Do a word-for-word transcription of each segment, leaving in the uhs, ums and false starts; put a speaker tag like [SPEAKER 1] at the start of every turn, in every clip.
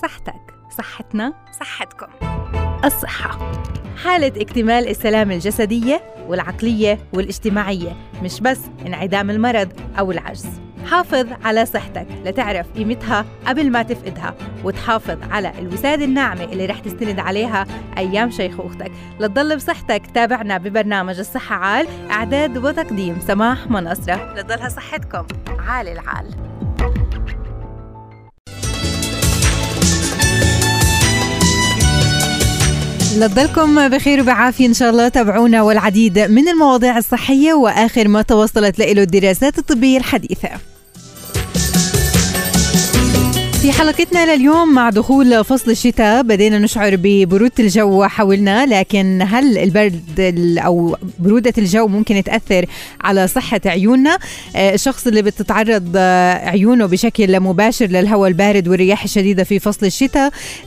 [SPEAKER 1] صحتك، صحتنا، صحتكم. الصحة حالة اكتمال السلامة الجسدية والعقلية والاجتماعية، مش بس انعدام المرض أو العجز. حافظ على صحتك لتعرف قيمتها قبل ما تفقدها، وتحافظ على الوسادة الناعمة اللي رح تستند عليها أيام شيخوختك. لتضل بصحتك تابعنا ببرنامج الصحة عال، إعداد وتقديم سماح منصرة. لتضلها صحتكم عال العال. لتضلكم بخير وبعافية إن شاء الله. تابعونا والعديد من المواضيع الصحية وآخر ما توصلت له الدراسات الطبية الحديثة. في حلقتنا لليوم مع دخول فصل الشتاء بدينا نشعر ببرودة الجو حولنا، لكن هل البرد أو برودة الجو ممكن تأثر على صحة عيوننا؟ الشخص اللي بتتعرض عيونه بشكل مباشر للهواء البارد والرياح الشديدة في فصل الشتاء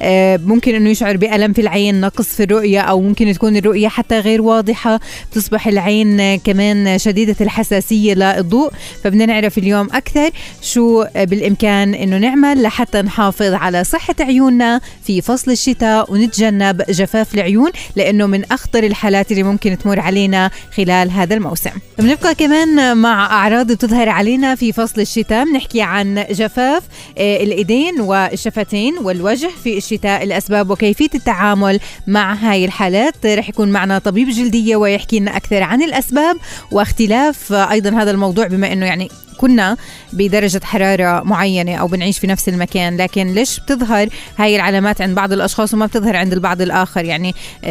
[SPEAKER 1] ممكن أنه يشعر بألم في العين، نقص في الرؤية، أو ممكن تكون الرؤية حتى غير واضحة، تصبح العين كمان شديدة الحساسية للضوء. فبدنا نعرف اليوم أكثر شو بالإمكان أنه نعمل لحتى حتى نحافظ على صحة عيوننا في فصل الشتاء ونتجنب جفاف العيون، لأنه من أخطر الحالات اللي ممكن تمر علينا خلال هذا الموسم. بنبقى كمان مع أعراض تظهر علينا في فصل الشتاء. بنحكي عن جفاف الإيدين والشفتين والوجه في الشتاء، الأسباب وكيفية التعامل مع هاي الحالات. رح يكون معنا طبيب جلدية ويحكي لنا أكثر عن الأسباب واختلاف أيضا هذا الموضوع، بما أنه يعني كنا بدرجة حرارة معينة أو بنعيش في نفس المكان، لكن ليش بتظهر هاي العلامات عند بعض الأشخاص وما بتظهر عند البعض الآخر؟ يعني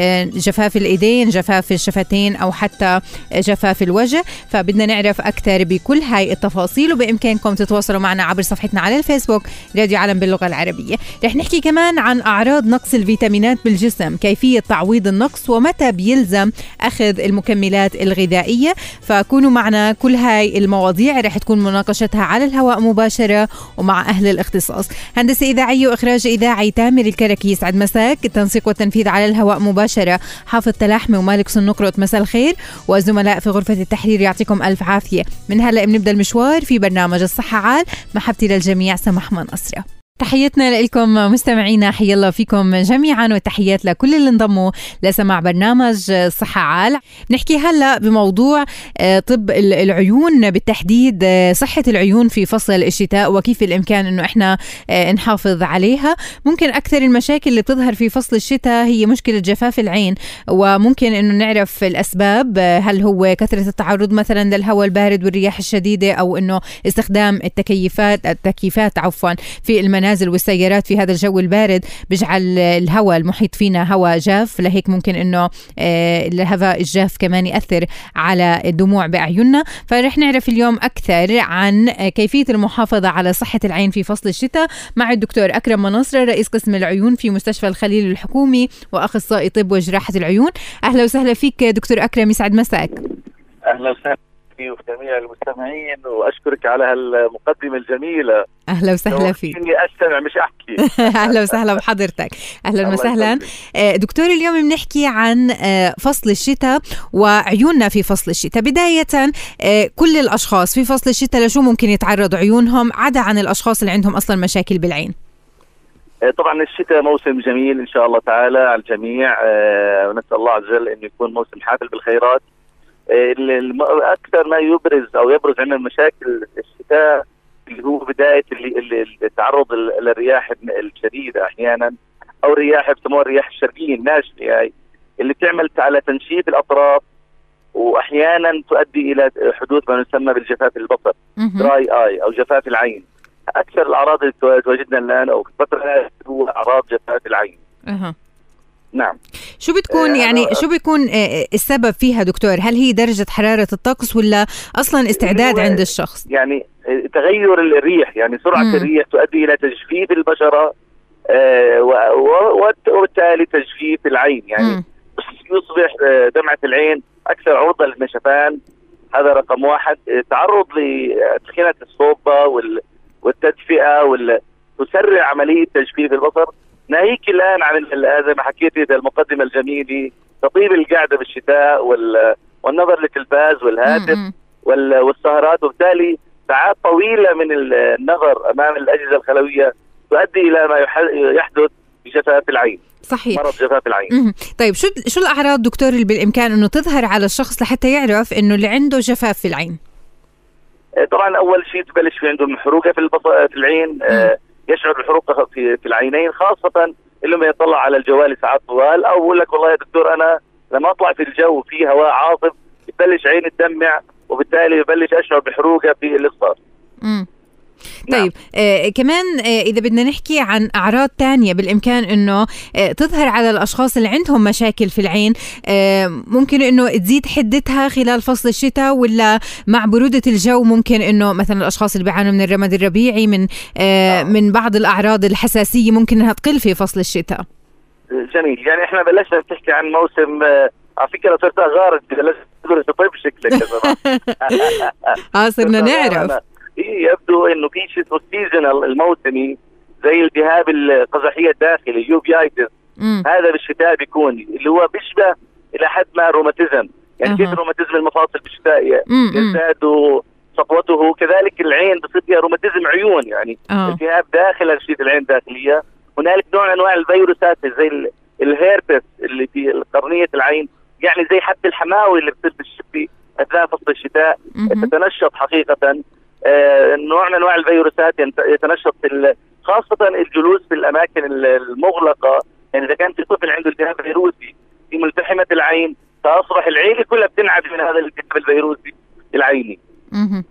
[SPEAKER 1] جفاف الإيدين، جفاف الشفتين، أو حتى جفاف الوجه. فبدنا نعرف أكثر بكل هاي التفاصيل، وبإمكانكم تتواصلوا معنا عبر صفحتنا على الفيسبوك راديو عالم باللغة العربية. رح نحكي كمان عن أعراض نقص الفيتامينات بالجسم، كيفية تعويض النقص، ومتى بيلزم أخذ المكملات الغذائية. فكونوا معنا، كل هاي المواضيع رح تكون مناقشتها على الهواء مباشرة ومع أهل الاختصاص. هندسة إذاعية وإخراج إذاعي تامر الكركي، يسعد مساك. التنسيق والتنفيذ على الهواء مباشرة حافظ تلاحمي ومالك سنقرط، مساء الخير. وزملاء في غرفة التحرير يعطيكم ألف عافية. من هلأ بنبدأ المشوار في برنامج الصحة عال. محبتي للجميع، سماح منصرة. تحياتنا لكم مستمعينا، حيا الله فيكم جميعا، وتحيات لكل اللي انضموا لسماع برنامج صحة عال. نحكي هلا بموضوع طب العيون، بالتحديد صحة العيون في فصل الشتاء وكيف الإمكان إنه إحنا نحافظ عليها. ممكن أكثر المشاكل اللي بتظهر في فصل الشتاء هي مشكلة جفاف العين، وممكن إنه نعرف الأسباب. هل هو كثرة التعرض مثلا للهواء البارد والرياح الشديدة، أو إنه استخدام التكييفات التكييفات عفوا في المنازل المنازل والسيارات في هذا الجو البارد بيجعل الهواء المحيط فينا هواء جاف، لهيك ممكن انه الهواء الجاف كمان يأثر على الدموع بأعيننا. فرح نعرف اليوم أكثر عن كيفية المحافظة على صحة العين في فصل الشتاء مع الدكتور أكرم منصرة، رئيس قسم العيون في مستشفى الخليل الحكومي وأخصائي طب وجراحة العيون. أهلا وسهلا فيك دكتور أكرم، يسعد مساك.
[SPEAKER 2] أهلا وسهلا فيك وجميع المستمعين، وأشكرك على هالمقدمة الجميلة.
[SPEAKER 1] أهلا وسهلا فيك.
[SPEAKER 2] إني أستمع مش أحكي.
[SPEAKER 1] أهلا وسهلا بحضرتك. أهلا وسهلا دكتور. اليوم بنحكي عن فصل الشتاء وعيوننا في فصل الشتاء. بداية كل الأشخاص في فصل الشتاء لشو ممكن يتعرض عيونهم عدا عن الأشخاص اللي عندهم أصلا مشاكل بالعين؟
[SPEAKER 2] طبعا الشتاء موسم جميل إن شاء الله تعالى على الجميع، ونسأل الله عز وجل أن يكون موسم حافل بالخيرات. أكثر ما يبرز أو يبرز عندنا مشاكل الشتاء اللي هو بداية اللي التعرض للرياح الشديدة أحيانا، أو الرياح بسموها الرياح الشرقية الناشفة يعني اللي تعمل على تنشيف الأطراف، وأحيانا تؤدي إلى حدوث ما يسمى بالجفاف البصر دراي آي أو جفاف العين. أكثر الأعراض اللي تواجدنا الآن أو في الفترة هو أعراض جفاف العين.
[SPEAKER 1] أه.
[SPEAKER 2] نعم.
[SPEAKER 1] شو بتكون يعني شو بيكون السبب فيها دكتور؟ هل هي درجة حرارة الطقس ولا أصلا استعداد عند الشخص؟
[SPEAKER 2] يعني تغير الريح، يعني سرعة مم. الريح تؤدي إلى تجفيف البشرة آه وبالتالي تجفيف العين، يعني مم. يصبح دمعة العين أكثر عرضة للنشفان. هذا رقم واحد. تعرض لأدخنة الصوبة والتدفئة وال تسرع عملية تجفيف البصر. ناهيك الآن عن هذا ما حكيتي المقدمة الجميلة، تطيب القعدة بالشتاء والنظر للتلفاز والهاتف والسهرات، وبالتالي ساعات طويلة من النظر أمام الأجهزة الخلوية تؤدي الى ما يحدث بجفاف العين.
[SPEAKER 1] صحيح،
[SPEAKER 2] مرض جفاف العين.
[SPEAKER 1] مم. طيب شو شو الاعراض دكتور اللي بالامكان انه تظهر على الشخص لحتى يعرف انه اللي عنده جفاف في العين؟
[SPEAKER 2] طبعا اول شيء تبلش في عندهم حروقه في في العين، آه يشعر بحروقه في في العينين، خاصه لما يطلع على الجوال ساعات طوال، او بقول لك والله يا دكتور انا لما اطلع في الجو في هواء عاصف بتبلش عيني تدمع، وبالتالي ببلش اشعر بحروقه في الاخصار.
[SPEAKER 1] امم طيب آه كمان آه إذا بدنا نحكي عن أعراض تانية بالإمكان إنه آه تظهر على الأشخاص اللي عندهم مشاكل في العين، آه ممكن إنه تزيد حدتها خلال فصل الشتاء، ولا مع برودة الجو ممكن إنه مثلا الأشخاص اللي بيعانوا من الرمد الربيعي من آه من بعض الأعراض الحساسية ممكن إنها تقل في فصل الشتاء؟
[SPEAKER 2] جميل، يعني إحنا بلشنا نحكي عن موسم آه على فكرة صرت أغارد بلشت طيب شكلك يا زلمة.
[SPEAKER 1] اه صرنا نعرف.
[SPEAKER 2] يبدو انه في شيء اسمه سيزونال الموسمي، زي التهاب القزحيه الداخلي يوفيايتس، هذا بالشتاء بيكون اللي هو بيشبه الى حد ما الروماتيزم، يعني كيف الروماتيزم المفاصل بالشتاء يزداد سطوته، كذلك العين بصير فيها روماتيزم عيون، يعني التهاب داخل غشيه العين الداخليه. هنالك نوع من انواع الفيروسات زي الهيربس اللي في قرنيه العين، يعني زي حتى الحماوي اللي بتصير في اثناء فصل الشتاء تتنشط حقيقه. آه نوع من انواع الفيروسات يتنشط في خاصه الجلوس في الاماكن المغلقه، يعني اذا كان في طفل عنده التهاب فيروسي في ملتحمه العين فاصبح العين كلها بتنعد من هذا الالتهاب الفيروسي العيني.
[SPEAKER 1] اها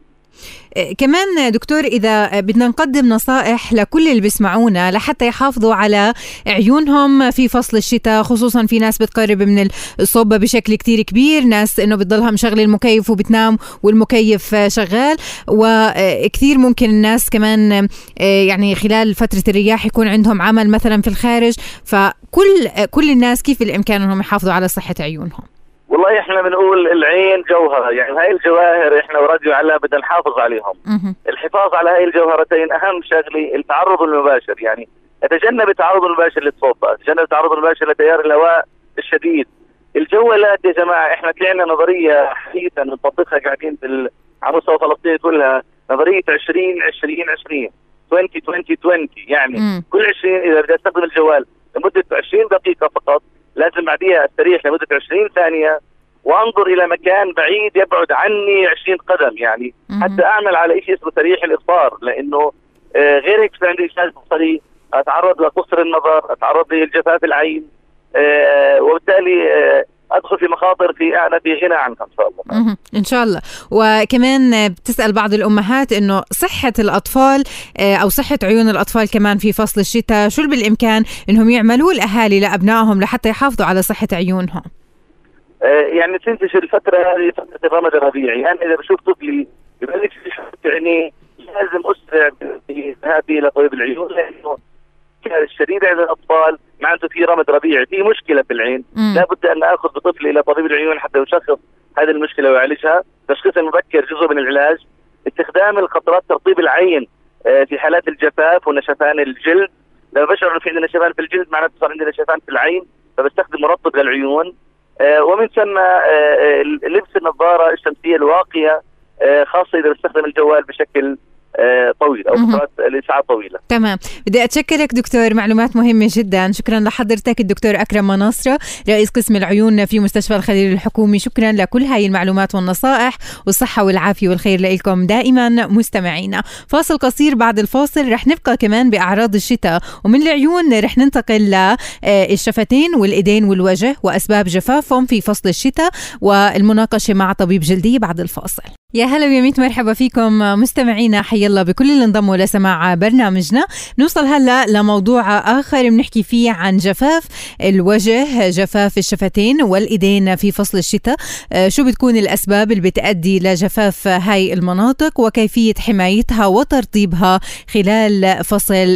[SPEAKER 1] كمان دكتور إذا بدنا نقدم نصائح لكل اللي بيسمعونا لحتى يحافظوا على عيونهم في فصل الشتاء، خصوصا في ناس بتقرب من الصوبة بشكل كتير كبير، ناس إنه بتضلها مشغلة المكيف وبتنام والمكيف شغال، وكثير ممكن الناس كمان يعني خلال فترة الرياح يكون عندهم عمل مثلا في الخارج، فكل كل الناس كيف بالإمكان إنهم يحافظوا على صحة عيونهم؟
[SPEAKER 2] والله احنا بنقول العين جوهرة، يعني هاي الجواهر احنا وراديو على بدنا نحافظ عليهم. الحفاظ على هاي الجوهرتين اهم شغله التعرض المباشر، يعني اتجنب التعرض المباشر للصوبة، اتجنب التعرض المباشر لتيار الهواء الشديد. الجوالات يا جماعه احنا طلعنا نظريه حديثا بنطبقها قاعدين في على مستوى فلسطين كلها، نظريه عشرين عشرين عشرين عشرين عشرين عشرين، يعني م. كل عشرين اذا بدي استخدم الجوال لمده عشرين دقيقه فقط لازم بعديها استريح لمده عشرين ثانيه وانظر الى مكان بعيد يبعد عني عشرين قدم، يعني مم. حتى اعمل على شيء اسمه تريح الابصار، لانه آه غير هيك عندي اشتغال بصري اتعرض لقصر النظر، اتعرض للجفاف العين، آه وبالتالي آه ادخل في مخاطر في انا في غنى عنها ان شاء الله.
[SPEAKER 1] مم. ان شاء الله. وكمان بتسال بعض الامهات انه صحه الاطفال او صحه عيون الاطفال كمان في فصل الشتاء، شو اللي بالامكان انهم يعملوه الاهالي لابنائهم لحتى يحافظوا على صحه عيونهم؟
[SPEAKER 2] يعني تنتشر الفترة هذه فترة الرمد الربيعي، يعني إذا بشوف طفلي ببلش يحط عينيه لازم أسرع بذهابي إلى طبيب العيون، لأنه الشديد عند الأطفال معناته في رمد ربيعي، في مشكلة في العين، لابد أن آخذ بطفلي إلى طبيب العيون حتى يشخص هذه المشكلة ويعالجها. تشخيص المبكر جزء من العلاج. استخدام القطرات ترطيب العين في حالات الجفاف ونشفان الجلد، لما بشعر إنه في عندنا نشفان في الجلد معناته صار عندنا نشفان في العين فبستخدم مرطب للعيون. آه ومن ثم آه لبس النظارة الشمسية الواقية، آه خاصة إذا بستخدم الجوال بشكل آه طويل أو فترات لساعات طويلة.
[SPEAKER 1] تمام، بدي أتشكرك دكتور، معلومات مهمة جدا، شكرا لحضرتك الدكتور أكرم مناصرة رئيس قسم العيون في مستشفى الخليل الحكومي، شكرا لكل هاي المعلومات والنصائح، والصحة والعافية والخير لكم دائما مستمعينا. فاصل قصير، بعد الفاصل رح نبقى كمان بأعراض الشتاء، ومن العيون رح ننتقل للشفتين والإيدين والوجه وأسباب جفافهم في فصل الشتاء، والمناقشة مع طبيب جلدي بعد الفاصل. يا هلا ويا ميت مرحبا فيكم مستمعينا، حي الله بكل اللي انضموا لسماع برنامجنا. نوصل هلا لموضوع آخر بنحكي فيه عن جفاف الوجه، جفاف الشفتين والإيدين في فصل الشتاء، شو بتكون الأسباب اللي بتؤدي لجفاف هاي المناطق وكيفية حمايتها وترطيبها خلال فصل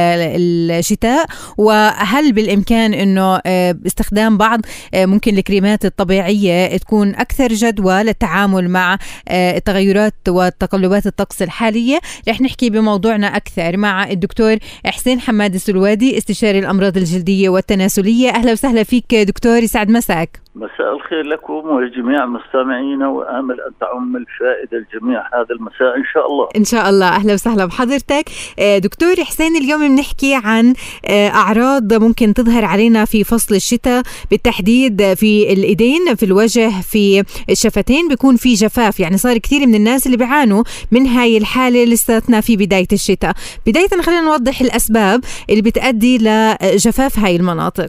[SPEAKER 1] الشتاء، وهل بالإمكان إنه استخدام بعض ممكن الكريمات الطبيعية تكون أكثر جدوى للتعامل مع التغيرات وتقلبات الطقس الحالية. رح نحكي بموضوعنا أكثر مع الدكتور حسين حماد السلوادي، استشاري الأمراض الجلدية والتناسلية. أهلا وسهلا فيك دكتور، يسعد مساك.
[SPEAKER 3] مساء الخير لكم ولجميع مستمعينا، وآمل أن تعم الفائدة الجميع هذا المساء إن شاء الله.
[SPEAKER 1] إن شاء الله. أهلا وسهلا بحضرتك دكتور حسين. اليوم بنحكي عن أعراض ممكن تظهر علينا في فصل الشتاء، بالتحديد في الإيدين، في الوجه، في الشفتين، بيكون في جفاف. يعني صار كثير من الناس اللي بيعانوا من هاي الحالة لساتنا في بداية الشتاء. بداية خلينا نوضح الأسباب اللي بتؤدي لجفاف هاي المناطق.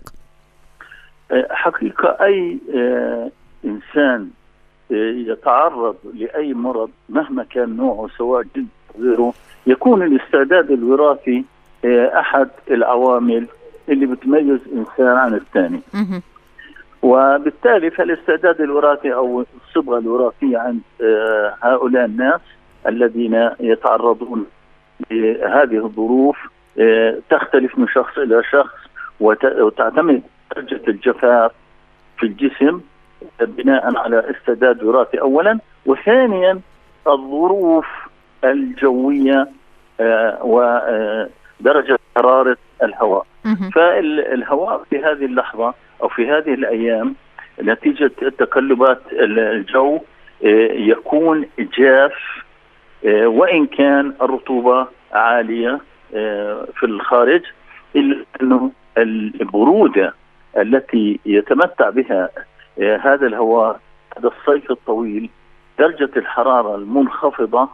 [SPEAKER 3] حقيقة أي إنسان يتعرض لأي مرض مهما كان نوعه سواء جلد غيره، يكون الاستعداد الوراثي أحد العوامل اللي بتميز إنسان عن الثاني. وبالتالي فالاستعداد الوراثي أو الصبغة الوراثية عند هؤلاء الناس الذين يتعرضون لهذه الظروف تختلف من شخص إلى شخص، وتعتمد درجة الجفاف في الجسم بناء على استعداد وراثي أولا، وثانيا الظروف الجوية ودرجة حرارة الهواء. فالهواء في هذه اللحظة أو في هذه الأيام نتيجة تقلبات الجو يكون جاف، وإن كان الرطوبة عالية في الخارج، إلا أنه البرودة التي يتمتع بها هذا الهواء هذا الصيف الطويل، درجة الحرارة المنخفضة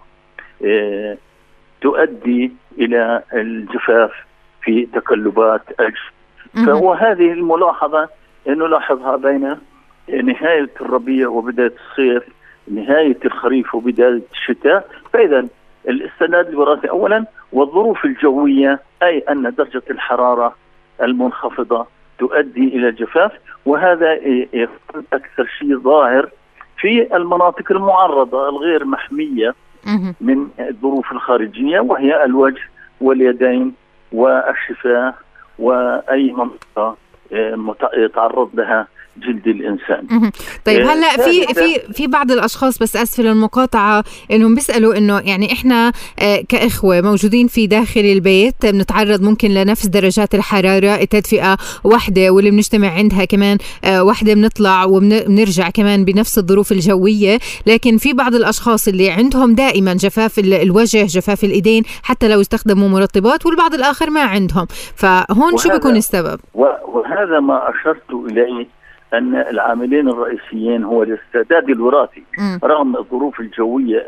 [SPEAKER 3] تؤدي إلى الجفاف في تقلبات الجو. فهو هذه الملاحظة نلاحظها بين نهاية الربيع وبداية الصيف، نهاية الخريف وبداية الشتاء. فإذا الاستعداد الوراثي أولا، والظروف الجوية أي أن درجة الحرارة المنخفضة تؤدي إلى الجفاف، وهذا يكون أكثر شيء ظاهر في المناطق المعرضة الغير محمية من الظروف الخارجية، وهي الوجه واليدين والشفاه وأي منطقة يتعرض لها جلد الإنسان.
[SPEAKER 1] طيب هلا في في في بعض الأشخاص، بس أسفل المقاطعة، إنهم بيسألوا إنه يعني إحنا كإخوة موجودين في داخل البيت بنتعرض ممكن لنفس درجات الحرارة، التدفئة واحدة واللي بنجتمع عندها كمان واحدة، بنطلع وبنرجع كمان بنفس الظروف الجوية، لكن في بعض الأشخاص اللي عندهم دائما جفاف الوجه، جفاف الإيدين حتى لو استخدموا مرطبات، والبعض الآخر ما عندهم. فهون شو بيكون السبب؟
[SPEAKER 3] وهذا ما أشرت إليه، أن العاملين الرئيسيين هو الاستعداد الوراثي رغم الظروف الجوية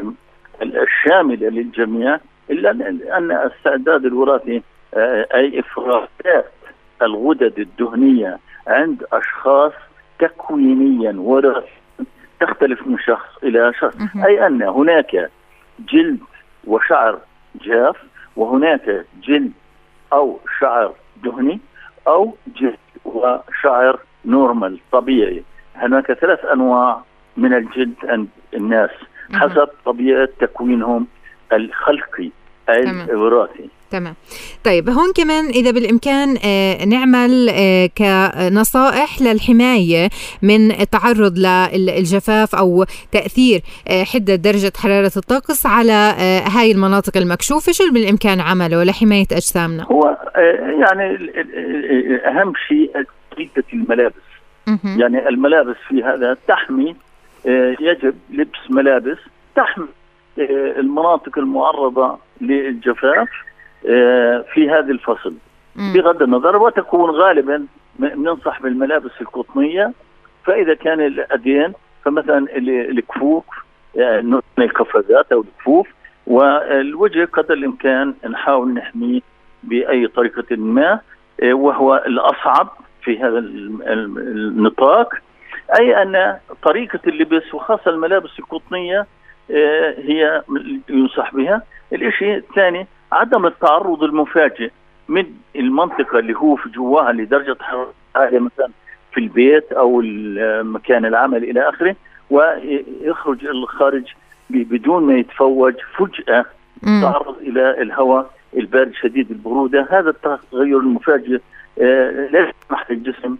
[SPEAKER 3] الشاملة للجميع، إلا أن الاستعداد الوراثي أي إفرازات الغدد الدهنية عند أشخاص تكوينيا وراثيا تختلف من شخص إلى شخص. أي أن هناك جلد وشعر جاف، وهناك جلد أو شعر دهني، أو جلد وشعر نورمال طبيعي. هناك ثلاث أنواع من الجلد عند الناس حسب طبيعة تكوينهم الخلقي أي الوراثي.
[SPEAKER 1] تمام. طيب هون كمان إذا بالإمكان آه نعمل آه كنصائح للحماية من التعرض للجفاف أو تأثير آه حدة درجة حرارة الطقس على آه هاي المناطق المكشوفة، شو بالإمكان عمله لحماية أجسامنا؟
[SPEAKER 3] هو آه يعني أهم شيء طريقة الملابس. يعني الملابس في هذا تحمي، آه يجب لبس ملابس تحمي آه المناطق المعرضة للجفاف في هذه الفصل بغض النظر، وتكون غالبا ننصح بالملابس القطنية. فإذا كان الأدين فمثلا الكفوف، يعني القفازات أو الكفوف، والوجه قدر الإمكان نحاول نحميه بأي طريقة ما، وهو الأصعب في هذا النطاق. أي أن طريقة اللبس وخاصة الملابس القطنية هي ينصح بها. الشيء الثاني عدم التعرض المفاجئ من المنطقة اللي هو في جواها لدرجة حرارة عالية مثلا في البيت أو مكان العمل إلى آخره، ويخرج الخارج بدون ما يتفوج فجأة تعرض إلى الهواء البارد شديد البرودة. هذا التغير المفاجئ لا يسمح للجسم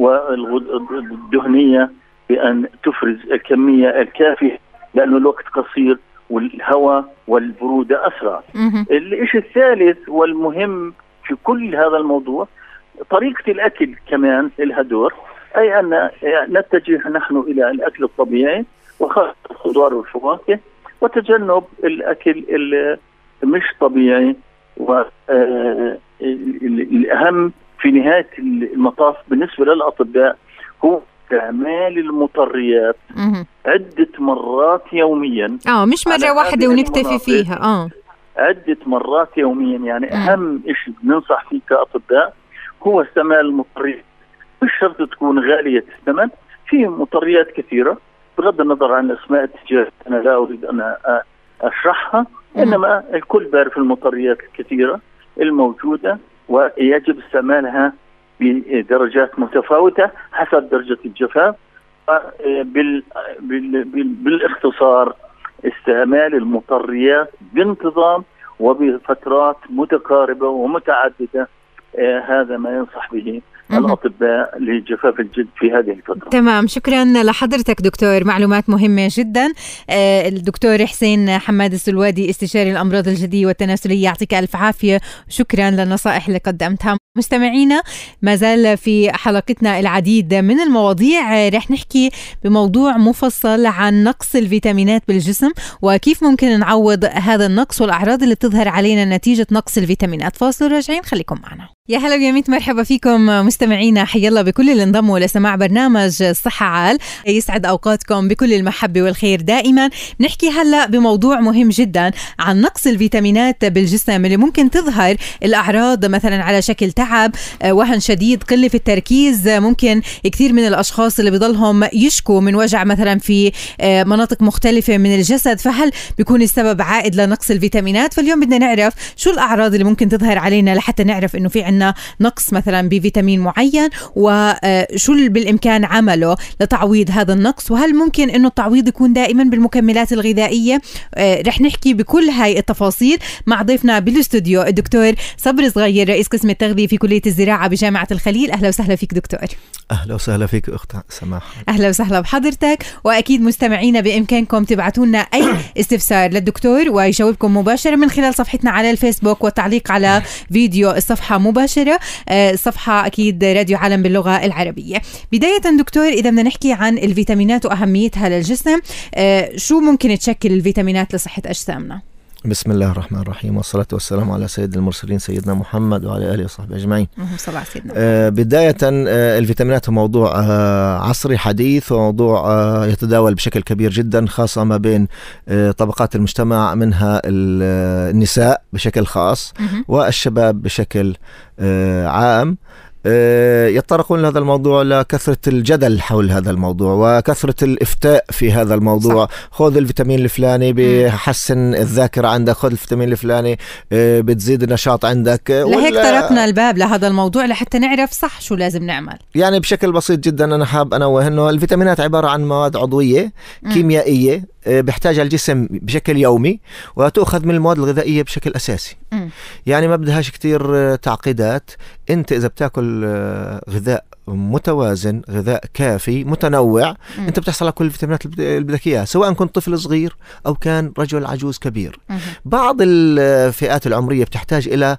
[SPEAKER 3] والدهنية بأن تفرز الكمية الكافية، لأنه الوقت قصير والهواء والبرودة أسرع. الشيء الثالث والمهم في كل هذا الموضوع طريقة الأكل كمان لها دور. أي أن نتجه نحن إلى الأكل الطبيعي وخاصة الخضار والفواكه، وتجنب الأكل المش طبيعي. والأهم في نهاية المطاف بالنسبة للأطباء هو استعمال المطريات عدة مرات يوميا.
[SPEAKER 1] اه مش مرة واحدة ونكتفي فيها. اه
[SPEAKER 3] عدة مرات يوميا. يعني مم. أهم شيء ننصح فيه كأطباء هو استعمال المطريات. مش شرط تكون غالية الثمن، في مطريات كثيرة بغض النظر عن الأسماء التجارية أنا لا أريد أن أشرحها، إنما الكل بيعرف المطريات الكثيرة الموجودة، ويجب استعمالها بدرجات متفاوتة حسب درجة الجفاف. بال... بال... بال... بالاختصار استعمال المطريات بانتظام وبفترات متقاربة ومتعددة. آه هذا ما ينصح به الأطباء لجفاف الجلد في هذه الفترة.
[SPEAKER 1] تمام، شكرا لحضرتك دكتور، معلومات مهمة جدا. آه الدكتور حسين حماد السلوادي استشاري الأمراض الجلدية والتناسلية، يعطيك ألف عافية، شكرا للنصائح اللي قدمتها. مستمعينا ما زال في حلقتنا العديد من المواضيع، رح نحكي بموضوع مفصل عن نقص الفيتامينات بالجسم وكيف ممكن نعوض هذا النقص والأعراض اللي بتظهر علينا نتيجة نقص الفيتامينات. فاصل راجعين، خليكم معنا. يا هلا ويا ميت مرحبا فيكم مستمعينا، حيا الله بكل اللي انضموا لسماع برنامج صحة عال. يسعد أوقاتكم بكل المحبة والخير دائما. بنحكي هلا بموضوع مهم جدا عن نقص الفيتامينات بالجسم اللي ممكن تظهر الأعراض مثلا على شكل تعب، وهن شديد، قلة في التركيز. ممكن كثير من الأشخاص اللي بيضلهم يشكوا من وجع مثلا في مناطق مختلفة من الجسد، فهل بيكون السبب عائد لنقص الفيتامينات؟ فاليوم بدنا نعرف شو الأعراض اللي ممكن تظهر علينا لحتى نعرف إنه في عنا نقص مثلا بفيتامين معين، وشو اللي بالإمكان عمله لتعويض هذا النقص، وهل ممكن إنه التعويض يكون دائما بالمكملات الغذائية؟ رح نحكي بكل هاي التفاصيل مع ضيفنا بالاستوديو الدكتور صبري صغير، رئيس قسم التغذية في كلية الزراعة بجامعة الخليل. أهلا وسهلا فيك دكتور.
[SPEAKER 4] أهلا وسهلا فيك أخت سماح.
[SPEAKER 1] أهلا وسهلا بحضرتك. وأكيد مستمعينا بإمكانكم تبعتوا لنا أي استفسار للدكتور ويجاوبكم مباشرة من خلال صفحتنا على الفيسبوك والتعليق على فيديو الصفحة مباشرة، صفحة أكيد راديو عالم باللغة العربية. بداية دكتور، إذا بدنا نحكي عن الفيتامينات وأهميتها للجسم، شو ممكن تشكل الفيتامينات لصحة أجسامنا؟
[SPEAKER 4] بسم الله الرحمن الرحيم، والصلاة والسلام على سيد المرسلين سيدنا محمد وعلى آله وصحبه أجمعين. آه بداية آه الفيتامينات هو موضوع آه عصري حديث، وموضوع آه يتداول بشكل كبير جدا، خاصة ما بين آه طبقات المجتمع، منها النساء بشكل خاص والشباب بشكل آه عام. يتطرقون لهذا الموضوع لكثرة الجدل حول هذا الموضوع وكثرة الإفتاء في هذا الموضوع. صح. خذ الفيتامين الفلاني بيحسن الذاكرة عندك، خذ الفيتامين الفلاني بتزيد النشاط عندك.
[SPEAKER 1] لهيك طرقنا الباب لهذا الموضوع لحتى نعرف صح شو لازم نعمل.
[SPEAKER 4] يعني بشكل بسيط جدا أنا حاب أنوه أنه الفيتامينات عبارة عن مواد عضوية كيميائية بيحتاجها الجسم بشكل يومي، وتأخذ من المواد الغذائية بشكل أساسي. م. يعني ما بدهاش كتير تعقيدات. أنت إذا بتاكل غذاء متوازن، غذاء كافي متنوع، م. أنت بتحصل على كل الفيتامينات اللي بدك إياها، سواء كنت طفل صغير أو كان رجل عجوز كبير. م. بعض الفئات العمرية بتحتاج إلى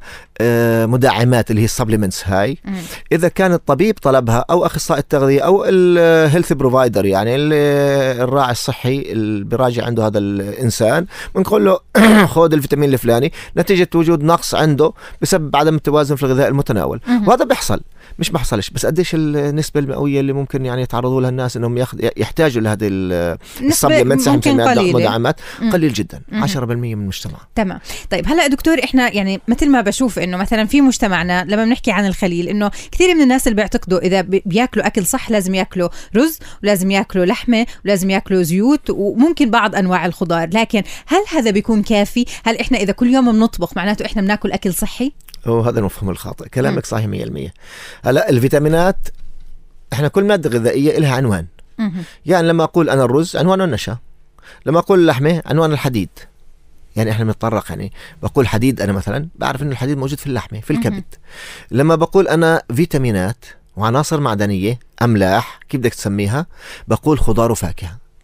[SPEAKER 4] مدعمات اللي هي السبلمنتس هاي. م. إذا كان الطبيب طلبها أو أخصائي التغذية أو الهيلث بروفايدر، يعني الراعي الصحي اللي براجع عنده هذا الإنسان، بنقول له خذ الفيتامين الفلاني نتيجة وجود نقص عنده بسبب عدم التوازن في الغذاء المتناول. م. وهذا بيحصل، مش بحصلش، بس قديش النسبة المئوية اللي ممكن يعني يتعرضوا لها الناس انهم يحتاجوا لهذه السبلمنتس مدعمات؟ قليل جدا، عشرة بالمئة من المجتمع.
[SPEAKER 1] تمام. طيب هلا دكتور، احنا يعني مثل ما بشوف انه مثلا في مجتمعنا لما بنحكي عن الخليل، انه كثير من الناس اللي بيعتقدوا اذا بياكلوا اكل صح لازم ياكلوا رز ولازم ياكلوا لحمة ولازم ياكلوا زيوت وممكن بعض انواع الخضار، لكن هل هذا بيكون كافي؟ هل احنا اذا كل يوم بنطبخ معناته احنا بناكل اكل صحي؟
[SPEAKER 4] وهذا المفهوم الخاطئ. كلامك صحيح مية بالمية. هلا الفيتامينات احنا كل مادة غذائية لها عنوان. مم. يعني لما اقول انا الرز عنوانه النشا، لما اقول اللحمة عنوان الحديد. يعني احنا بنتطرق، يعني بقول حديد انا مثلا بعرف انه الحديد موجود في اللحمة في الكبد. مم. لما بقول انا فيتامينات وعناصر معدنية املاح كيف بدك تسميها، بقول خضار وفاكهة.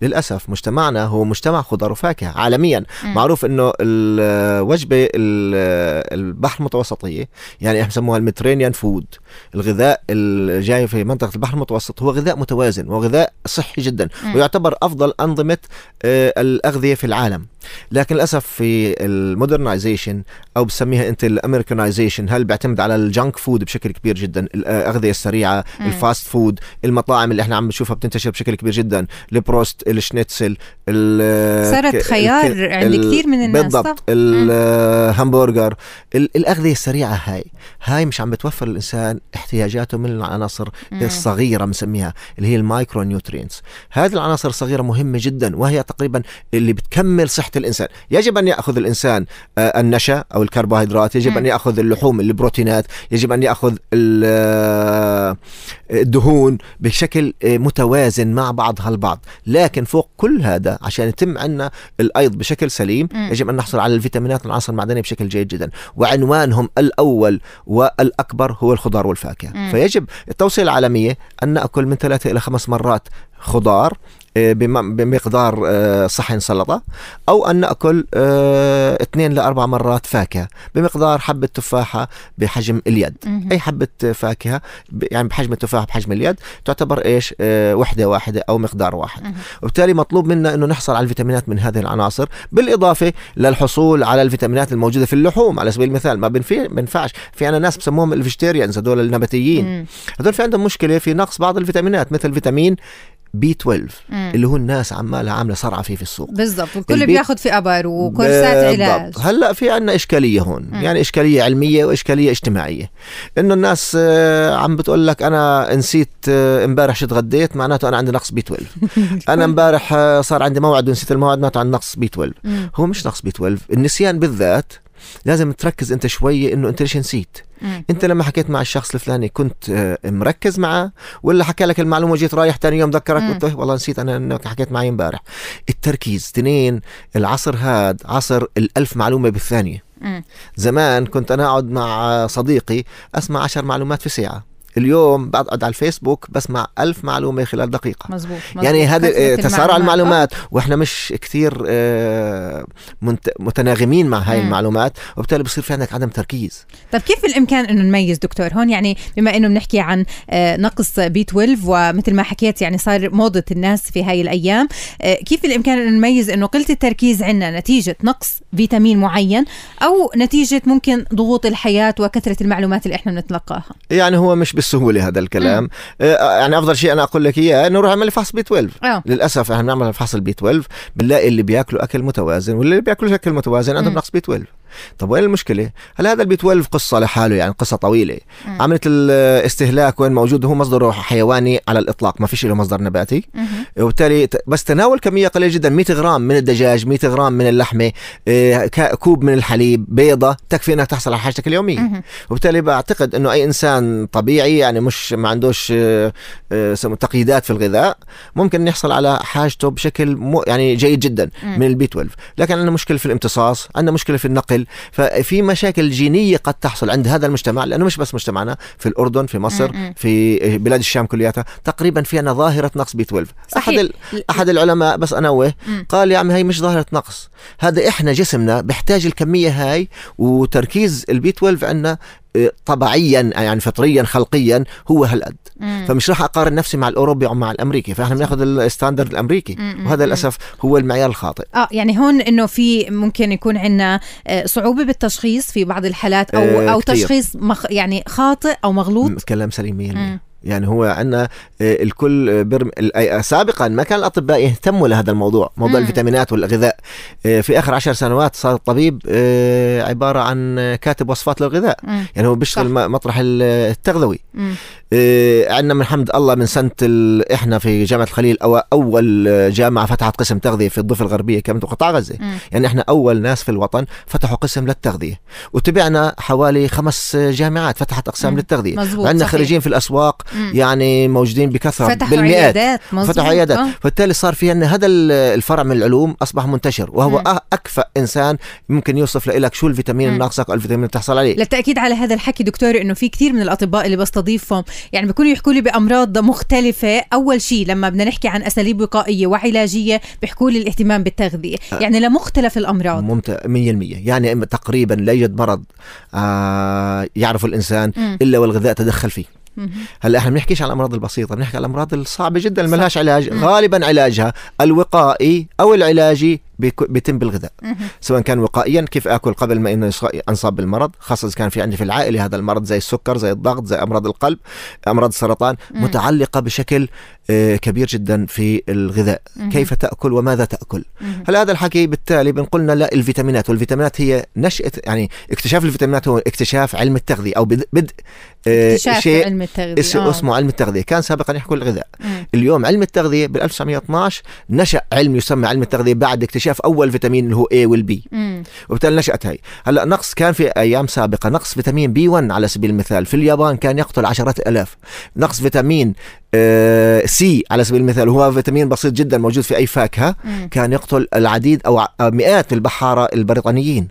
[SPEAKER 4] للأسف مجتمعنا هو مجتمع خضار وفاكهة عالميا. م. معروف أنه الوجبة البحر المتوسطية، يعني احنا بنسموها الميديترينيان فود، الغذاء الجاي في منطقة البحر المتوسط هو غذاء متوازن وغذاء صحي جدا. م. ويعتبر أفضل أنظمة الأغذية في العالم. لكن للأسف في المودرنايزيشن أو بسميها أنت الأمريكانايزيشن، هل بيعتمد على الجانك فود بشكل كبير جدا، الأغذية السريعة، م. الفاست فود، المطاعم اللي احنا عم نشوفها بتنتشر بشكل كبير جدا، البروست، الشنيتسل،
[SPEAKER 1] صارت خيار عند كثير من الناس.
[SPEAKER 4] بالضبط، الهامبرجر، الأغذية السريعة هاي هاي مش عم بتوفر الإنسان احتياجاته من العناصر م. الصغيرة بنسميها اللي هي المايكرو نيوترينز. هذه العناصر الصغيرة مهمة جدا، وهي تقريبا اللي بتكمل صحة الإنسان. يجب أن يأخذ الإنسان النشا أو الكربوهيدرات، يجب م. أن يأخذ اللحوم، البروتينات، يجب أن يأخذ الدهون بشكل متوازن مع بعضها البعض. لكن فوق كل هذا عشان يتم عنا الأيض بشكل سليم م. يجب أن نحصل على الفيتامينات والعناصر المعدنية بشكل جيد جدا، وعنوانهم الأول والأكبر هو الخضار والفاكهة. م. فيجب التوصية العالمية أن نأكل من ثلاثة إلى خمس مرات خضار بمقدار صحن سلطة، أو أن نأكل اثنين لأربع مرات فاكهة بمقدار حبة تفاحة بحجم اليد. أي حبة فاكهة يعني بحجم التفاحة بحجم اليد تعتبر إيش وحدة واحدة أو مقدار واحد. وبالتالي مطلوب منا أنه نحصل على الفيتامينات من هذه العناصر، بالإضافة للحصول على الفيتامينات الموجودة في اللحوم. على سبيل المثال ما بنفعش في أنا ناس بسموهم الفيجيتيريانز، هذول النباتيين، هذول في عندهم مشكلة في نقص بعض الفيتامينات مثل فيتامين بي اثنا عشر مم. اللي هو الناس عمالها عامله صرعه فيه في السوق.
[SPEAKER 1] بالضبط، والكل بياخذ في ابر وكورسات علاج.
[SPEAKER 4] هلا في عندنا اشكاليه هون، مم. يعني اشكاليه علميه واشكاليه اجتماعيه، انه الناس عم بتقول لك انا نسيت امبارح شو تغديت، معناته انا عندي نقص بي اثنا عشر. انا امبارح صار عندي موعد ونسيت الموعد، معناته عندي نقص بي اثنا عشر. مم. هو مش نقص بي اثنا عشر، النسيان بالذات لازم تركز انت شويه انه انت ليش نسيت. مم. انت لما حكيت مع الشخص الفلاني كنت مركز معه، ولا حكى لك المعلومه وجيت رايح ثاني يوم ذكرك قلت والله نسيت انا انك حكيت معي امبارح. التركيز اثنين، العصر هاد عصر الألف معلومه بالثانيه. مم. زمان كنت انا اقعد مع صديقي اسمع عشر معلومات في ساعه، اليوم بقعد على الفيسبوك بسمع ألف معلومة خلال دقيقة.
[SPEAKER 1] مزبوط. مزبوط.
[SPEAKER 4] يعني هذا تسارع المعلومات، وإحنا مش كتير متناغمين مع هاي م. المعلومات، وبالتالي بصير في عندك عدم تركيز.
[SPEAKER 1] طب كيف الإمكان إنه نميز دكتور هون؟ يعني بما إنه بنحكي عن نقص بي اثنا عشر، ومثل ما حكيت يعني صار موضة الناس في هاي الأيام، كيف الإمكان إنه نميز إنه قلة التركيز عندنا نتيجة نقص فيتامين معين، أو نتيجة ممكن ضغوط الحياة وكثرة المعلومات اللي إحنا بنتلقاها؟
[SPEAKER 4] يعني هو مش بالسهولة هذا الكلام. آه يعني أفضل شيء أنا أقول لك إياه إنه روح اعمل فحص بي اثنا عشر. أوه. للأسف إحنا بنعمل فحص البي اثنا عشر بنلاقي اللي بياكلوا أكل متوازن واللي بياكلوا أكل متوازن عندهم نقص بي اثنا عشر. طب وين المشكلة؟ هل هذا البي اثنا عشر قصة لحاله، يعني قصة طويلة. مم. عملية الاستهلاك وين موجود، هو مصدره حيواني على الإطلاق، ما فيش له مصدر نباتي. مم. وبالتالي بس تناول كمية قليلة جدا، مئة غرام من الدجاج، مئة غرام من اللحمة، كوب من الحليب، بيضة، تكفي انك تحصل على حاجتك اليومية. مم. وبالتالي بعتقد انه اي انسان طبيعي يعني مش ما عندوش تقييدات في الغذاء ممكن يحصل على حاجته بشكل يعني جيد جدا. مم. من البي اثنا عشر. لكن عندنا مشكلة في الامتصاص، عندنا مشكلة في النقل، ففي مشاكل جينية قد تحصل عند هذا المجتمع، لأنه مش بس مجتمعنا، في الأردن، في مصر، م-م. في بلاد الشام كلياتها تقريبا فينا ظاهرة نقص بي اثنا عشر. أحد ال... أحد العلماء بس أنوه قال يا عم هاي مش ظاهرة نقص، هذا إحنا جسمنا بيحتاج الكمية هاي، وتركيز البي اثنا عشر عندنا طبيعيا يعني فطريا خلقيا هو هالقد. مم. فمش راح اقارن نفسي مع الاوروبي او مع الامريكي، فاحنا بناخذ الستاندرد الامريكي. مم. وهذا للاسف هو المعيار الخاطئ. اه
[SPEAKER 1] يعني هون انه في ممكن يكون عندنا صعوبه بالتشخيص في بعض الحالات، او آه او كتير. تشخيص مخ يعني خاطئ او مغلوط.
[SPEAKER 4] كلام سليم مية بالمية. يعني هو عندنا الكل برم... سابقا ما كان الأطباء يهتموا لهذا الموضوع، موضوع مم. الفيتامينات والغذاء. في آخر عشر سنوات صار الطبيب عبارة عن كاتب وصفات للغذاء. مم. يعني هو بيشتغل صح. مطرح التغذوي. مم. عندنا من حمد الله من سنة ال... إحنا في جامعة الخليل أو أول جامعة فتحت قسم تغذية في الضفة الغربية كانت قطاع غزة. مم. يعني إحنا أول ناس في الوطن فتحوا قسم للتغذية، وتبعنا حوالي خمس جامعات فتحت أقسام مم. للتغذية، وعندنا خريجين في الأسواق يعني موجودين بكثره
[SPEAKER 1] فتحوا
[SPEAKER 4] بالمئات
[SPEAKER 1] عيادات
[SPEAKER 4] فتحوا عيادات آه. فبالتالي صار في ان هذا الفرع من العلوم اصبح منتشر، وهو م. اكفأ انسان ممكن يوصف لك شو الفيتامين الناقصك او الفيتامين اللي بتحصل عليه.
[SPEAKER 1] للتاكيد على هذا الحكي دكتور، انه في كثير من الاطباء اللي بستضيفهم يعني بيكونوا يحكوا لي بامراض مختلفه. اول شيء لما بدنا نحكي عن اساليب وقائيه وعلاجيه بيحكوا لي الاهتمام بالتغذيه، يعني لمختلف الامراض.
[SPEAKER 4] ممتاز مية بالمية. يعني تقريبا لا يوجد مرض آه يعرف الانسان م. الا والغذاء تدخل فيه. هلا احنا بنحكيش عن الامراض البسيطه، بنحكي عن الامراض الصعبه جدا اللي ملهاش علاج. مم. غالبا علاجها الوقائي او العلاجي بيتم بالغذاء، مم. سواء كان وقائيا كيف اكل قبل ما انه انصاب بالمرض، خاصه اذا كان في عندي في العائله هذا المرض زي السكر زي الضغط زي امراض القلب امراض السرطان، مم. متعلقه بشكل آه كبير جدا في الغذاء. مم. كيف تاكل وماذا تاكل. هلا هذا الحكي بالتالي بنقولنا لا الفيتامينات، والفيتامينات هي نشأة يعني اكتشاف الفيتامينات هو اكتشاف علم التغذيه او بدء آه شيء علم التغذية. آه. اسمه علم التغذيه، كان سابقا يحكوا الغذاء. مم. اليوم علم التغذيه بال ألف وتسعمئة واثني عشر نشأ علم يسمى علم التغذيه بعد اكتشاف اول فيتامين اللي هو A والبي، وبالتالي نشأت هاي. هلا نقص كان في ايام سابقه نقص فيتامين بي واحد على سبيل المثال في اليابان كان يقتل عشرات الالاف، نقص فيتامين آه سي على سبيل المثال وهو فيتامين بسيط جدا موجود في اي فاكهه، مم. كان يقتل العديد او مئات من البحاره البريطانيين،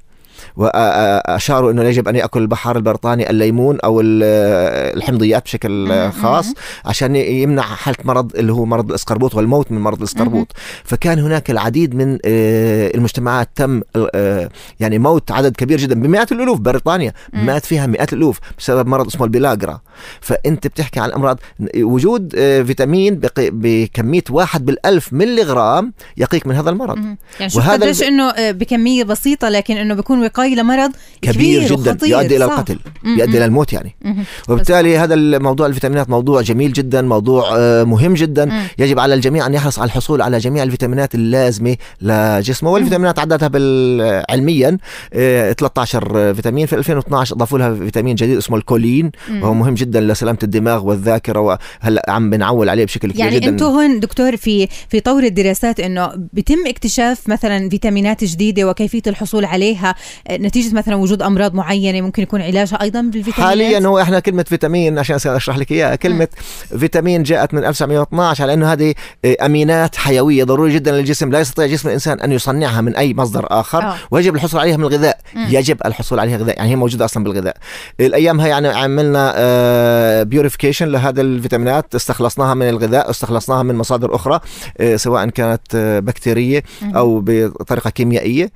[SPEAKER 4] وأشاروا أنه يجب أن يأكل البحار البريطاني الليمون أو الحمضيات بشكل خاص عشان يمنع حالة مرض اللي هو مرض الإسقربوط والموت من مرض الإسقربوط. فكان هناك العديد من المجتمعات تم يعني موت عدد كبير جدا بمئات الألوف، بريطانيا مات فيها مئات الألوف بسبب مرض اسمه البيلاغرا. فأنت بتحكي عن الأمراض، وجود فيتامين بكمية واحد بالألف ملي غرام يقيك من هذا المرض.
[SPEAKER 1] يعني شوف قديش أنه بكمية بسيطة لكن أنه بيكون وقاية لمرض كبير, كبير جدا يؤدي إلى القتل، يؤدي إلى الموت يعني. مم. وبالتالي هذا الموضوع الفيتامينات موضوع جميل جدا، موضوع مهم جدا. مم. يجب على الجميع أن يحرص على الحصول على جميع الفيتامينات اللازمة لجسمه. والفيتامينات عددها علميا ثلاثة عشر فيتامين، في ألفين واثني عشر أضافوا لها فيتامين جديد اسمه الكولين، مم. وهو مهم جدا لسلامة الدماغ والذاكرة، وهلا عم بنعول عليه بشكل كبير يعني
[SPEAKER 4] جدا.
[SPEAKER 1] يعني انتم هون دكتور في في طور الدراسات انه بيتم اكتشاف مثلا فيتامينات جديدة وكيفية الحصول عليها نتيجة مثلا وجود أمراض معينة ممكن يكون علاجها أيضا بالفيتامينات.
[SPEAKER 4] حاليا هو إحنا كلمة فيتامين عشان أشرح لك إياها، كلمة م. فيتامين جاءت من ألف وتسعمئة واثني عشر على أنه هذه أمينات حيوية ضروري جدا للجسم، لا يستطيع جسم الإنسان أن يصنعها من أي مصدر آخر. أوه. ويجب الحصول عليها من الغذاء. م. يجب الحصول عليها غذاء، يعني هي موجودة أصلا بالغذاء. الأيام هاي يعني عملنا آه بيوريفيكيشن لهذا الفيتامينات، استخلصناها من الغذاء، استخلصناها من مصادر أخرى آه سواء كانت آه بكتيرية م. أو بطريقة كيميائية،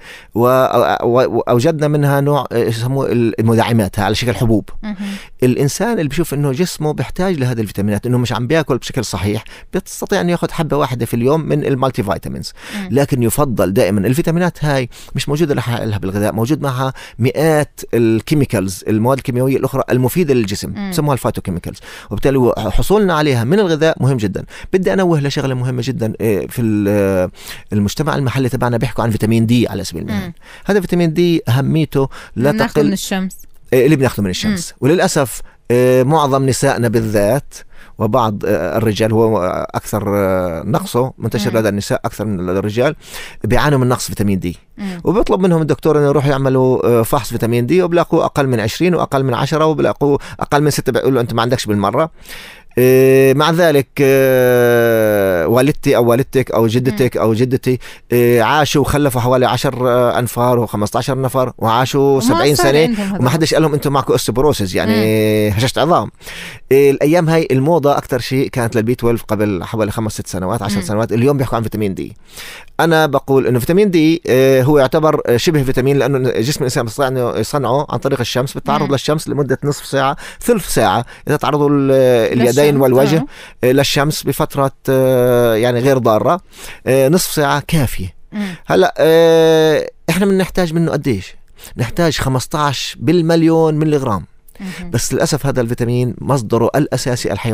[SPEAKER 4] وأوجدنا منها نوع يسموه المدعمات على شكل حبوب. مه. الإنسان اللي بيشوف إنه جسمه بيحتاج لهذه الفيتامينات، إنه مش عم بياكل بشكل صحيح، بيستطيع أن يأخذ حبة واحدة في اليوم من المالتي فيتامينز. مه. لكن يفضل دائما الفيتامينات هاي مش موجودة لها بالغذاء، موجود معها مئات الكيميكالز المواد الكيميائية الأخرى المفيدة للجسم بسموها الفايتوكيميكالز، وبالتالي حصولنا عليها من الغذاء مهم جدا. بدي أنوه لشغلة مهمة جدا في المجتمع المحلي تبعنا، بيحكوا عن فيتامين دي على سبيل المثال. هذا فيتامين دي أهميته لا تقل
[SPEAKER 1] من الشمس
[SPEAKER 4] اللي بناخذه من الشمس. مم. وللأسف معظم نسائنا بالذات وبعض الرجال هو أكثر نقصه منتشر مم. لدى النساء أكثر من لدى الرجال، بيعانوا من نقص فيتامين دي. مم. وبيطلب منهم الدكتور أن يروحوا يعملوا فحص فيتامين دي، وبلاقوا أقل من عشرين وأقل من عشرة وبلاقوا أقل من ستة، بيقولوا أنت ما عندكش بالمرة. مع ذلك والدتي أو والدتك أو جدتك أو جدتي عاشوا وخلفوا حوالي عشر أنفار وخمسة عشر نفر وعاشوا سبعين سنة وما حدش قال لهم أنتم معكم أوستيوبروسيس يعني هشاشة عظام. الأيام هاي الموضة أكتر شيء كانت للبي اثناشر قبل حوالي خمس ست سنوات عشر سنوات. اليوم بيحكوا عن فيتامين دي. أنا بقول إنه فيتامين دي هو يعتبر شبه فيتامين، لأنه جسم الإنسان بيستطيع إنه يصنعه عن طريق الشمس، بالتعرض للشمس لمدة نصف ساعة ثلث ساعة إذا تعرضوا اليدين والوجه أه. للشمس بفترة يعني غير ضارة، نصف ساعة كافية. مم. هلا إحنا بنحتاج منه قديش؟ نحتاج خمسة عشر بالمليون ملي غرام. مم. بس للأسف هذا الفيتامين مصدره الأساسي الحيوان.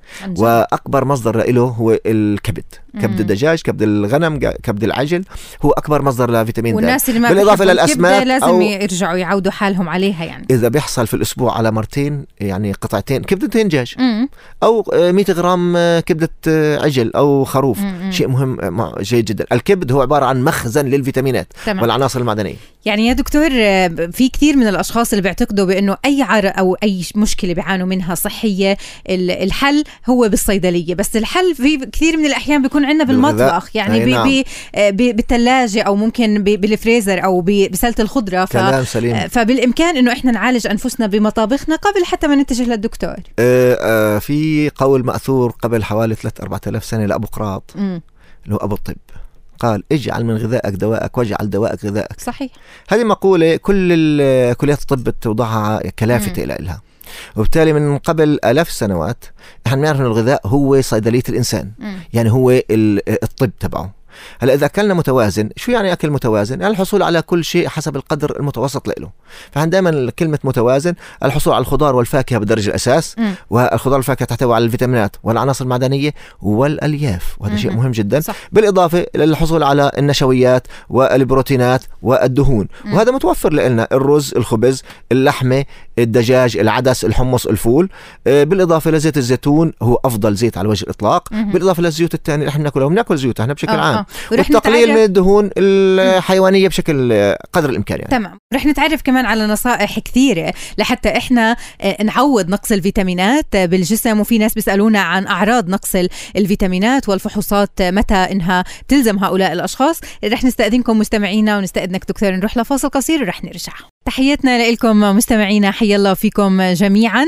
[SPEAKER 4] واكبر مصدر له هو الكبد، كبد الدجاج، كبد الغنم، كبد العجل، هو اكبر مصدر لفيتامين د.
[SPEAKER 1] والناس اللي ما
[SPEAKER 4] بالاضافه للاسماك
[SPEAKER 1] لازم يرجعوا يعودوا حالهم عليها، يعني
[SPEAKER 4] اذا بيحصل في الاسبوع على مرتين، يعني قطعتين كبدتين دجاج او مئة غرام كبده عجل او خروف، مم. شيء مهم جيد جدا. الكبد هو عباره عن مخزن للفيتامينات تمام. والعناصر المعدنيه.
[SPEAKER 1] يعني يا دكتور، في كثير من الاشخاص اللي بيعتقدوا بانه اي عرق او اي مشكله بيعانوا منها صحيه الحل هو بالصيدليه، بس الحل في كثير من الاحيان بيكون عندنا بالمطبخ، يعني بي نعم. بي بالثلاجه او ممكن بالفريزر او بسله الخضره. ف... فبالامكان انه احنا نعالج انفسنا بمطابخنا قبل حتى ما نتجه للدكتور.
[SPEAKER 4] آه آه في قول مأثور قبل حوالي ثلاثة أربعة آلاف سنه لابو قراط اللي هو ابو الطب، قال اجعل من غذائك دواءك واجعل دواءك غذائك.
[SPEAKER 1] صحيح.
[SPEAKER 4] هذه مقوله كل كليات الطب توضعها كلافته الى لها، وبالتالي من قبل آلاف السنوات احنا بنعرف ان الغذاء هو صيدليه الانسان، مم. يعني هو الطب تبعه. هلا اذا اكلنا متوازن، شو يعني اكل متوازن؟ يعني الحصول على كل شيء حسب القدر المتوسط له. فعند دائما كلمه متوازن الحصول على الخضار والفاكهه بالدرجه الاساس، م. والخضار والفاكهه تحتوي على الفيتامينات والعناصر المعدنيه والالياف، وهذا م- شيء مهم جدا. صح. بالاضافه للحصول على النشويات والبروتينات والدهون، م. وهذا متوفر لنا: الرز، الخبز، اللحمه، الدجاج، العدس، الحمص، الفول، بالاضافه لزيت الزيتون هو افضل زيت على وجه الاطلاق، م- بالاضافه للزيوت الثانيه اللي احنا بناكلها وبناكل زيوت احنا بشكل آه عام، والتقليل من الدهون الحيوانيه بشكل قدر الامكان يعني.
[SPEAKER 1] تمام. رح نتعرف كمان على نصائح كثيره لحتى احنا نعوض نقص الفيتامينات بالجسم، وفي ناس بيسالونا عن اعراض نقص الفيتامينات والفحوصات متى انها تلزم هؤلاء الاشخاص. رح نستاذنكم مستمعينا ونستاذنك دكتور نروح لفاصل قصير ورح نرجع. تحياتنا لكم مستمعينا، حيا الله فيكم جميعا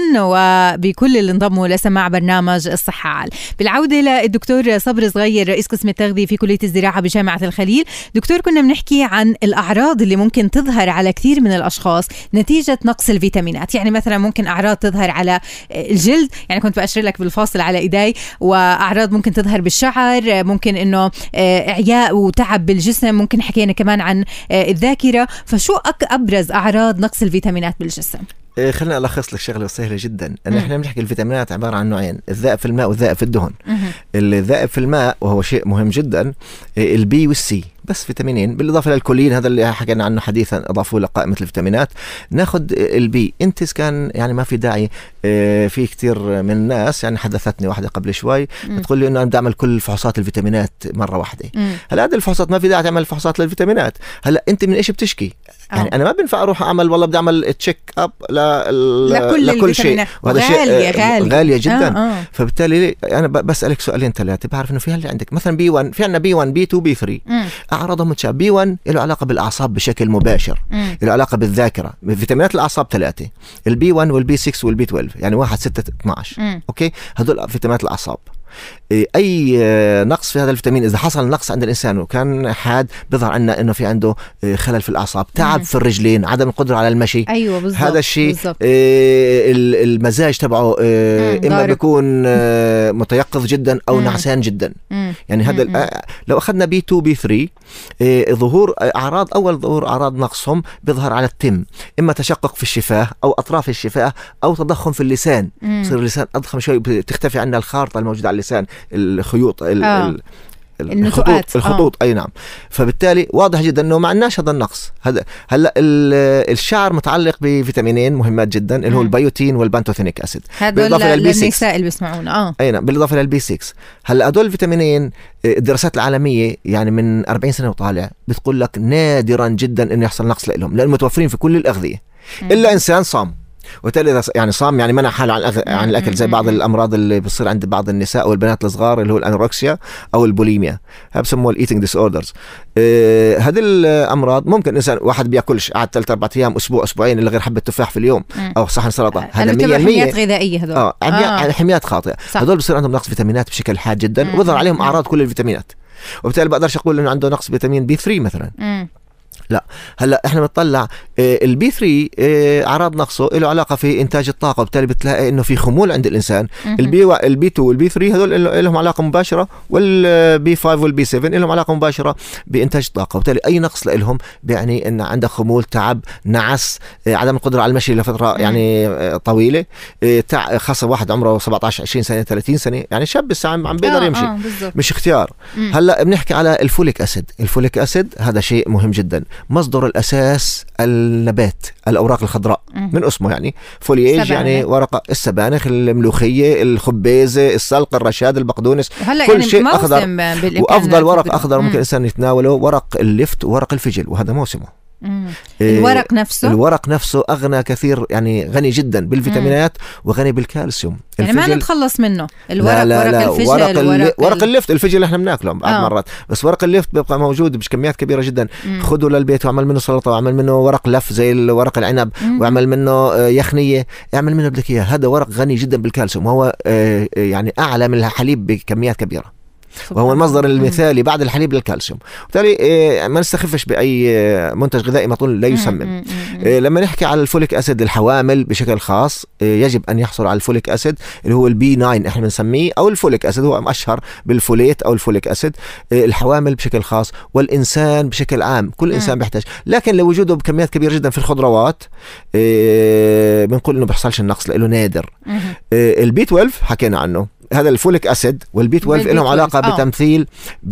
[SPEAKER 1] وبكل اللي انضموا لسماع برنامج الصحة عال. بالعودة للدكتور صبر صغير رئيس قسم التغذية في كلية الزراعة بجامعة الخليل. دكتور، كنا بنحكي عن الأعراض اللي ممكن تظهر على كثير من الأشخاص نتيجة نقص الفيتامينات، يعني مثلا ممكن أعراض تظهر على الجلد، يعني كنت بأشر لك بالفاصل على إيدي، وأعراض ممكن تظهر بالشعر، ممكن إنه إعياء وتعب بالجسم، ممكن حكينا كمان عن الذاكرة. فشو أبرز أعراض أعراض نقص الفيتامينات بالجسم؟
[SPEAKER 4] إيه، خلينا ألخص لك شغلة سهلة جدا. أن إحنا بنحكي الفيتامينات عبارة عن نوعين: الذائب في الماء والذائب في الدهن. الذائب في الماء وهو شيء مهم جدا، البي والسي، بس فيتامينين بالإضافة للكولين هذا اللي حكينا عنه حديثا أضافوه لقائمة الفيتامينات. ناخد البي. انت كان يعني ما في داعي، في كتير من الناس، يعني حدثتني واحدة قبل شوي بتقول لي إنه أنا بدي أعمل كل فحوصات الفيتامينات مرة واحدة. هلا هذه الفحوصات ما في داعي تعمل فحوصات للفيتامينات. هلا أنت من إيش بتشكي؟ يعني أوه. أنا ما بينفع أروح أعمل والله بدي أعمل تشيك أب ل... لكل, لكل شيء، وهذا شيء غالية, غالية. غالية جدا. آه آه. فبالتالي أنا بسألك سؤالين ثلاثة، بعرف إنه في هل عندك مثلا بي واحد، في عندنا بي واحد بي اثنين بي ثلاثة، أعراضهم متشابهة. بي واحد له علاقة بالأعصاب بشكل مباشر، له علاقة بالذاكرة. فيتامينات الأعصاب ثلاثة: البي واحد والبي ستة والبي اثناشر، يعني واحد ستة اثناشر. مم. أوكي، هذول فيتامينات الأعصاب. اي نقص في هذا الفيتامين، اذا حصل نقص عند الانسان وكان حاد، بيظهر عنا انه في عنده خلل في الاعصاب، تعب مم. في الرجلين، عدم القدره على المشي.
[SPEAKER 1] ايوه بالضبط.
[SPEAKER 4] هذا الشيء المزاج تبعه اما بيكون متيقظ جدا او مم. نعسان جدا. مم. يعني هذا مم. لو اخذنا بي اثنين بي ثلاثة، ظهور اعراض اول ظهور اعراض نقصهم بيظهر على التم، اما تشقق في الشفاه او اطراف الشفاه او تضخم في اللسان، يصير اللسان اضخم شوي، بتختفي عندنا الخارطه الموجوده على اللسان، الخيوط ال آه. الخطوط الخطوط آه. اي نعم. فبالتالي واضح جدا انه ما عندناش هذا النقص. هذا هلا الشعر متعلق بفيتامينين مهمات جدا اللي هو البيوتين والبانتوثينيك اسيد،
[SPEAKER 1] بالاضافه للنساء اللي بيسمعونا. اه
[SPEAKER 4] اي نعم، بالاضافه للبي ستة. هلا هدول الفيتامينين الدراسات العالميه يعني من أربعين سنه وطالع بتقول لك نادرا جدا انه يحصل نقص لهم، لانه متوفرين في كل الاغذيه الا انسان صام. وبالتالي يعني صام يعني منع حاله عن عن الاكل، زي بعض الامراض اللي بتصير عند بعض النساء والبنات الصغار اللي هو الانوركسيا او البوليميا، هذا بسموه الايتنج ديس اوردرز. آه هذه الامراض ممكن انسان واحد بياكلش قعد ثلاث اربع ايام اسبوع اسبوعين الا غير حبه تفاح في اليوم مم. او صحن سلطه، هذا مية بالمية
[SPEAKER 1] حميات غذائيه هذول.
[SPEAKER 4] اه, آه. حميات خاطئه. هذول بصير عندهم نقص فيتامينات بشكل حاد جدا، وبظهر عليهم اعراض كل الفيتامينات. وبالتالي بقدرش اقول انه عنده نقص فيتامين بي ثلاثة مثلا. مم. لا هلا احنا بنطلع البي ثلاثة اعراض نقصه له علاقه في انتاج الطاقه، وبالتالي بتلاقي انه في خمول عند الانسان. البي البي اثنين والبي ثلاثة هذول لهم علاقه مباشره، والبي خمسة والبي سبعة لهم علاقه مباشره بانتاج الطاقه، وبالتالي اي نقص لهم بيعني ان عندك خمول، تعب، نعس، عدم القدره على المشي لفتره يعني طويله، خاصه واحد عمره سبعطعش عشرين سنه ثلاثين سنه، يعني شاب لسه عم بيقدر يمشي، آه آه مش اختيار. مم. هلا بنحكي على الفوليك اسيد. الفوليك اسيد هذا شيء مهم جدا، مصدر الاساس النبات، الاوراق الخضراء. مم. من اسمه يعني فوليج، يعني ورقه السبانخ، الملوخيه، الخبيزه، السلق، الرشاد، البقدونس، كل يعني شيء اخضر. وافضل ورق اخضر ممكن الانسان يتناوله ورق اللفت وورق الفجل، وهذا موسمه.
[SPEAKER 1] إيه الورق نفسه
[SPEAKER 4] الورق نفسه أغنى كثير، يعني غني جدا بالفيتامينات مم. وغني بالكالسيوم.
[SPEAKER 1] يعني ما نتخلص منه الورق.
[SPEAKER 4] لا لا
[SPEAKER 1] ورق
[SPEAKER 4] لا
[SPEAKER 1] الفجل،
[SPEAKER 4] ورق,
[SPEAKER 1] ورق,
[SPEAKER 4] ورق اللفت. الفجل اللي احنا بناكله بعض آه. مرات، بس ورق اللفت بيبقى موجود بكميات كبيرة جدا. خذه للبيت واعمل منه سلطة، واعمل منه ورق لف زي ورق العنب، مم. واعمل منه يخنية، اعمل منه بدك اياه. هذا ورق غني جدا بالكالسيوم، وهو يعني أعلى من الحليب بكميات كبيرة، وهو المصدر المثالي بعد الحليب للكالسيوم. وبالتالي ما نستخفش بأي منتج غذائي مطول لا يسمم. لما نحكي على الفوليك أسيد الحوامل بشكل خاص، يجب أن يحصل على الفوليك أسيد اللي هو البي تسعة احنا بنسميه، أو الفوليك أسيد هو أشهر بالفوليت أو الفوليك أسيد. الحوامل بشكل خاص والإنسان بشكل عام، كل إنسان بيحتاج، لكن لو وجوده بكميات كبيرة جدا في الخضروات بنقول إنه بيحصلش النقص لأنه نادر. البي اثناشر حكينا عنه، هذا الفوليك أسيد والبي اثناشر لهم علاقة أوه. بتمثيل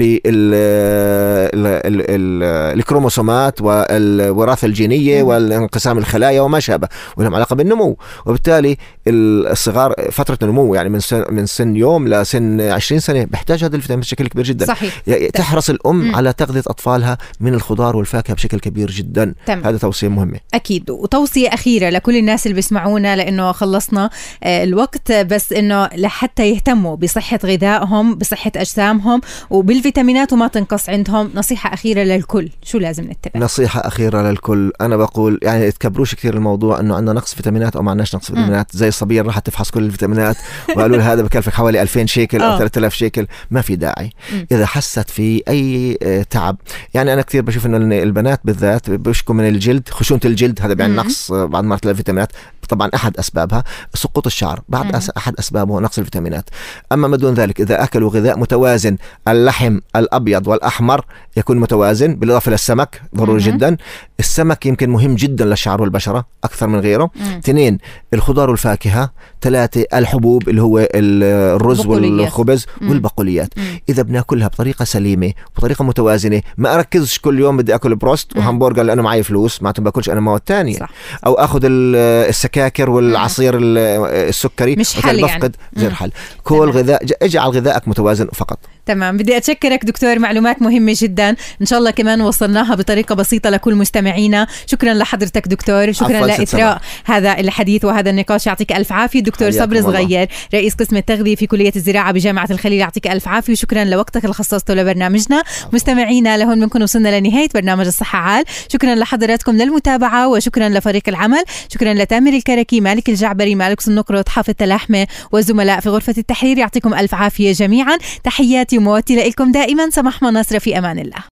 [SPEAKER 4] بالكروموسومات والوراثة الجينية مم. والانقسام الخلايا وما شابه، ولهم علاقة بالنمو. وبالتالي الصغار فترة النمو يعني من سن من سن يوم لسن عشرين سنة بيحتاج هذا الفيتامين بشكل كبير جدا.
[SPEAKER 1] صحيح.
[SPEAKER 4] يعني تحرص الأم مم. على تغذية أطفالها من الخضار والفاكهة بشكل كبير جدا. تم. هذا توصية مهمة
[SPEAKER 1] أكيد. وتوصية أخيرة لكل الناس اللي بيسمعونا، لأنه خلصنا الوقت، بس إنه لحتى يهتموا بصحة غذائهم، بصحة أجسامهم، وبالفيتامينات وما تنقص عندهم، نصيحة أخيرة للكل شو لازم نتبع؟
[SPEAKER 4] نصيحة أخيرة للكل، أنا بقول يعني تكبروش كثير الموضوع إنه عندنا نقص فيتامينات أو ما عندناش نقص فيتامينات. زي الصبية راح تفحص كل الفيتامينات وقالوا لها هذا بكلفك حوالي ألفين شيكل أو ثلاثة آلاف شيكل، ما في داعي. م. إذا حست في أي تعب، يعني أنا كثير بشوف إنه البنات بالذات بيشكوا من الجلد، خشونة الجلد، هذا بيعني نقص بعد مرات الفيتامينات. طبعا أحد أسبابها سقوط الشعر، بعد مم. أحد أسبابه نقص الفيتامينات. أما ما دون ذلك إذا أكلوا غذاء متوازن، اللحم الأبيض والأحمر يكون متوازن، بالإضافة للسمك ضروري مم. جدا. السمك يمكن مهم جدا للشعر والبشرة أكثر من غيره. اثنين الخضار والفاكهة. ثلاثة الحبوب اللي هو الرز والخبز مم. والبقوليات. مم. إذا بناكلها بطريقة سليمة بطريقة متوازنة، ما أركزش كل يوم بدي أكل بروست مم. وهمبرجر لأنه معي فلوس، ما باكلش أنا مواد تانية، صح. أو أخذ السكاكر والعصير مم. السكري
[SPEAKER 1] مش حل،
[SPEAKER 4] يعني غير حل. كل غذاء، اجعل غذائك متوازن فقط.
[SPEAKER 1] تمام. بدي أتشكرك دكتور، معلومات مهمة جدا، إن شاء الله كمان وصلناها بطريقة بسيطة لكل مستمعينا. شكرا لحضرتك دكتور، شكرا لإثراء هذا الحديث وهذا النقاش، يعطيك ألف عافية. دكتور صبري صغير، رئيس قسم التغذية في كلية الزراعة بجامعة الخليل، يعطيك ألف عافية، وشكرا لوقتك اللي خصصته لبرنامجنا. مستمعينا لهون بنكون وصلنا لنهاية برنامج الصحة عال. شكرا لحضراتكم للمتابعة، وشكرا لفريق العمل، شكرا لتامر الكركي، مالك الجعبري، مالك النقرط، حافظ تلاحمة، والزملاء في غرفة التحرير. يعطيكم ألف عافية جميعا. تحياتي ومواتي لكم دائما. سماح مناصر، في أمان الله.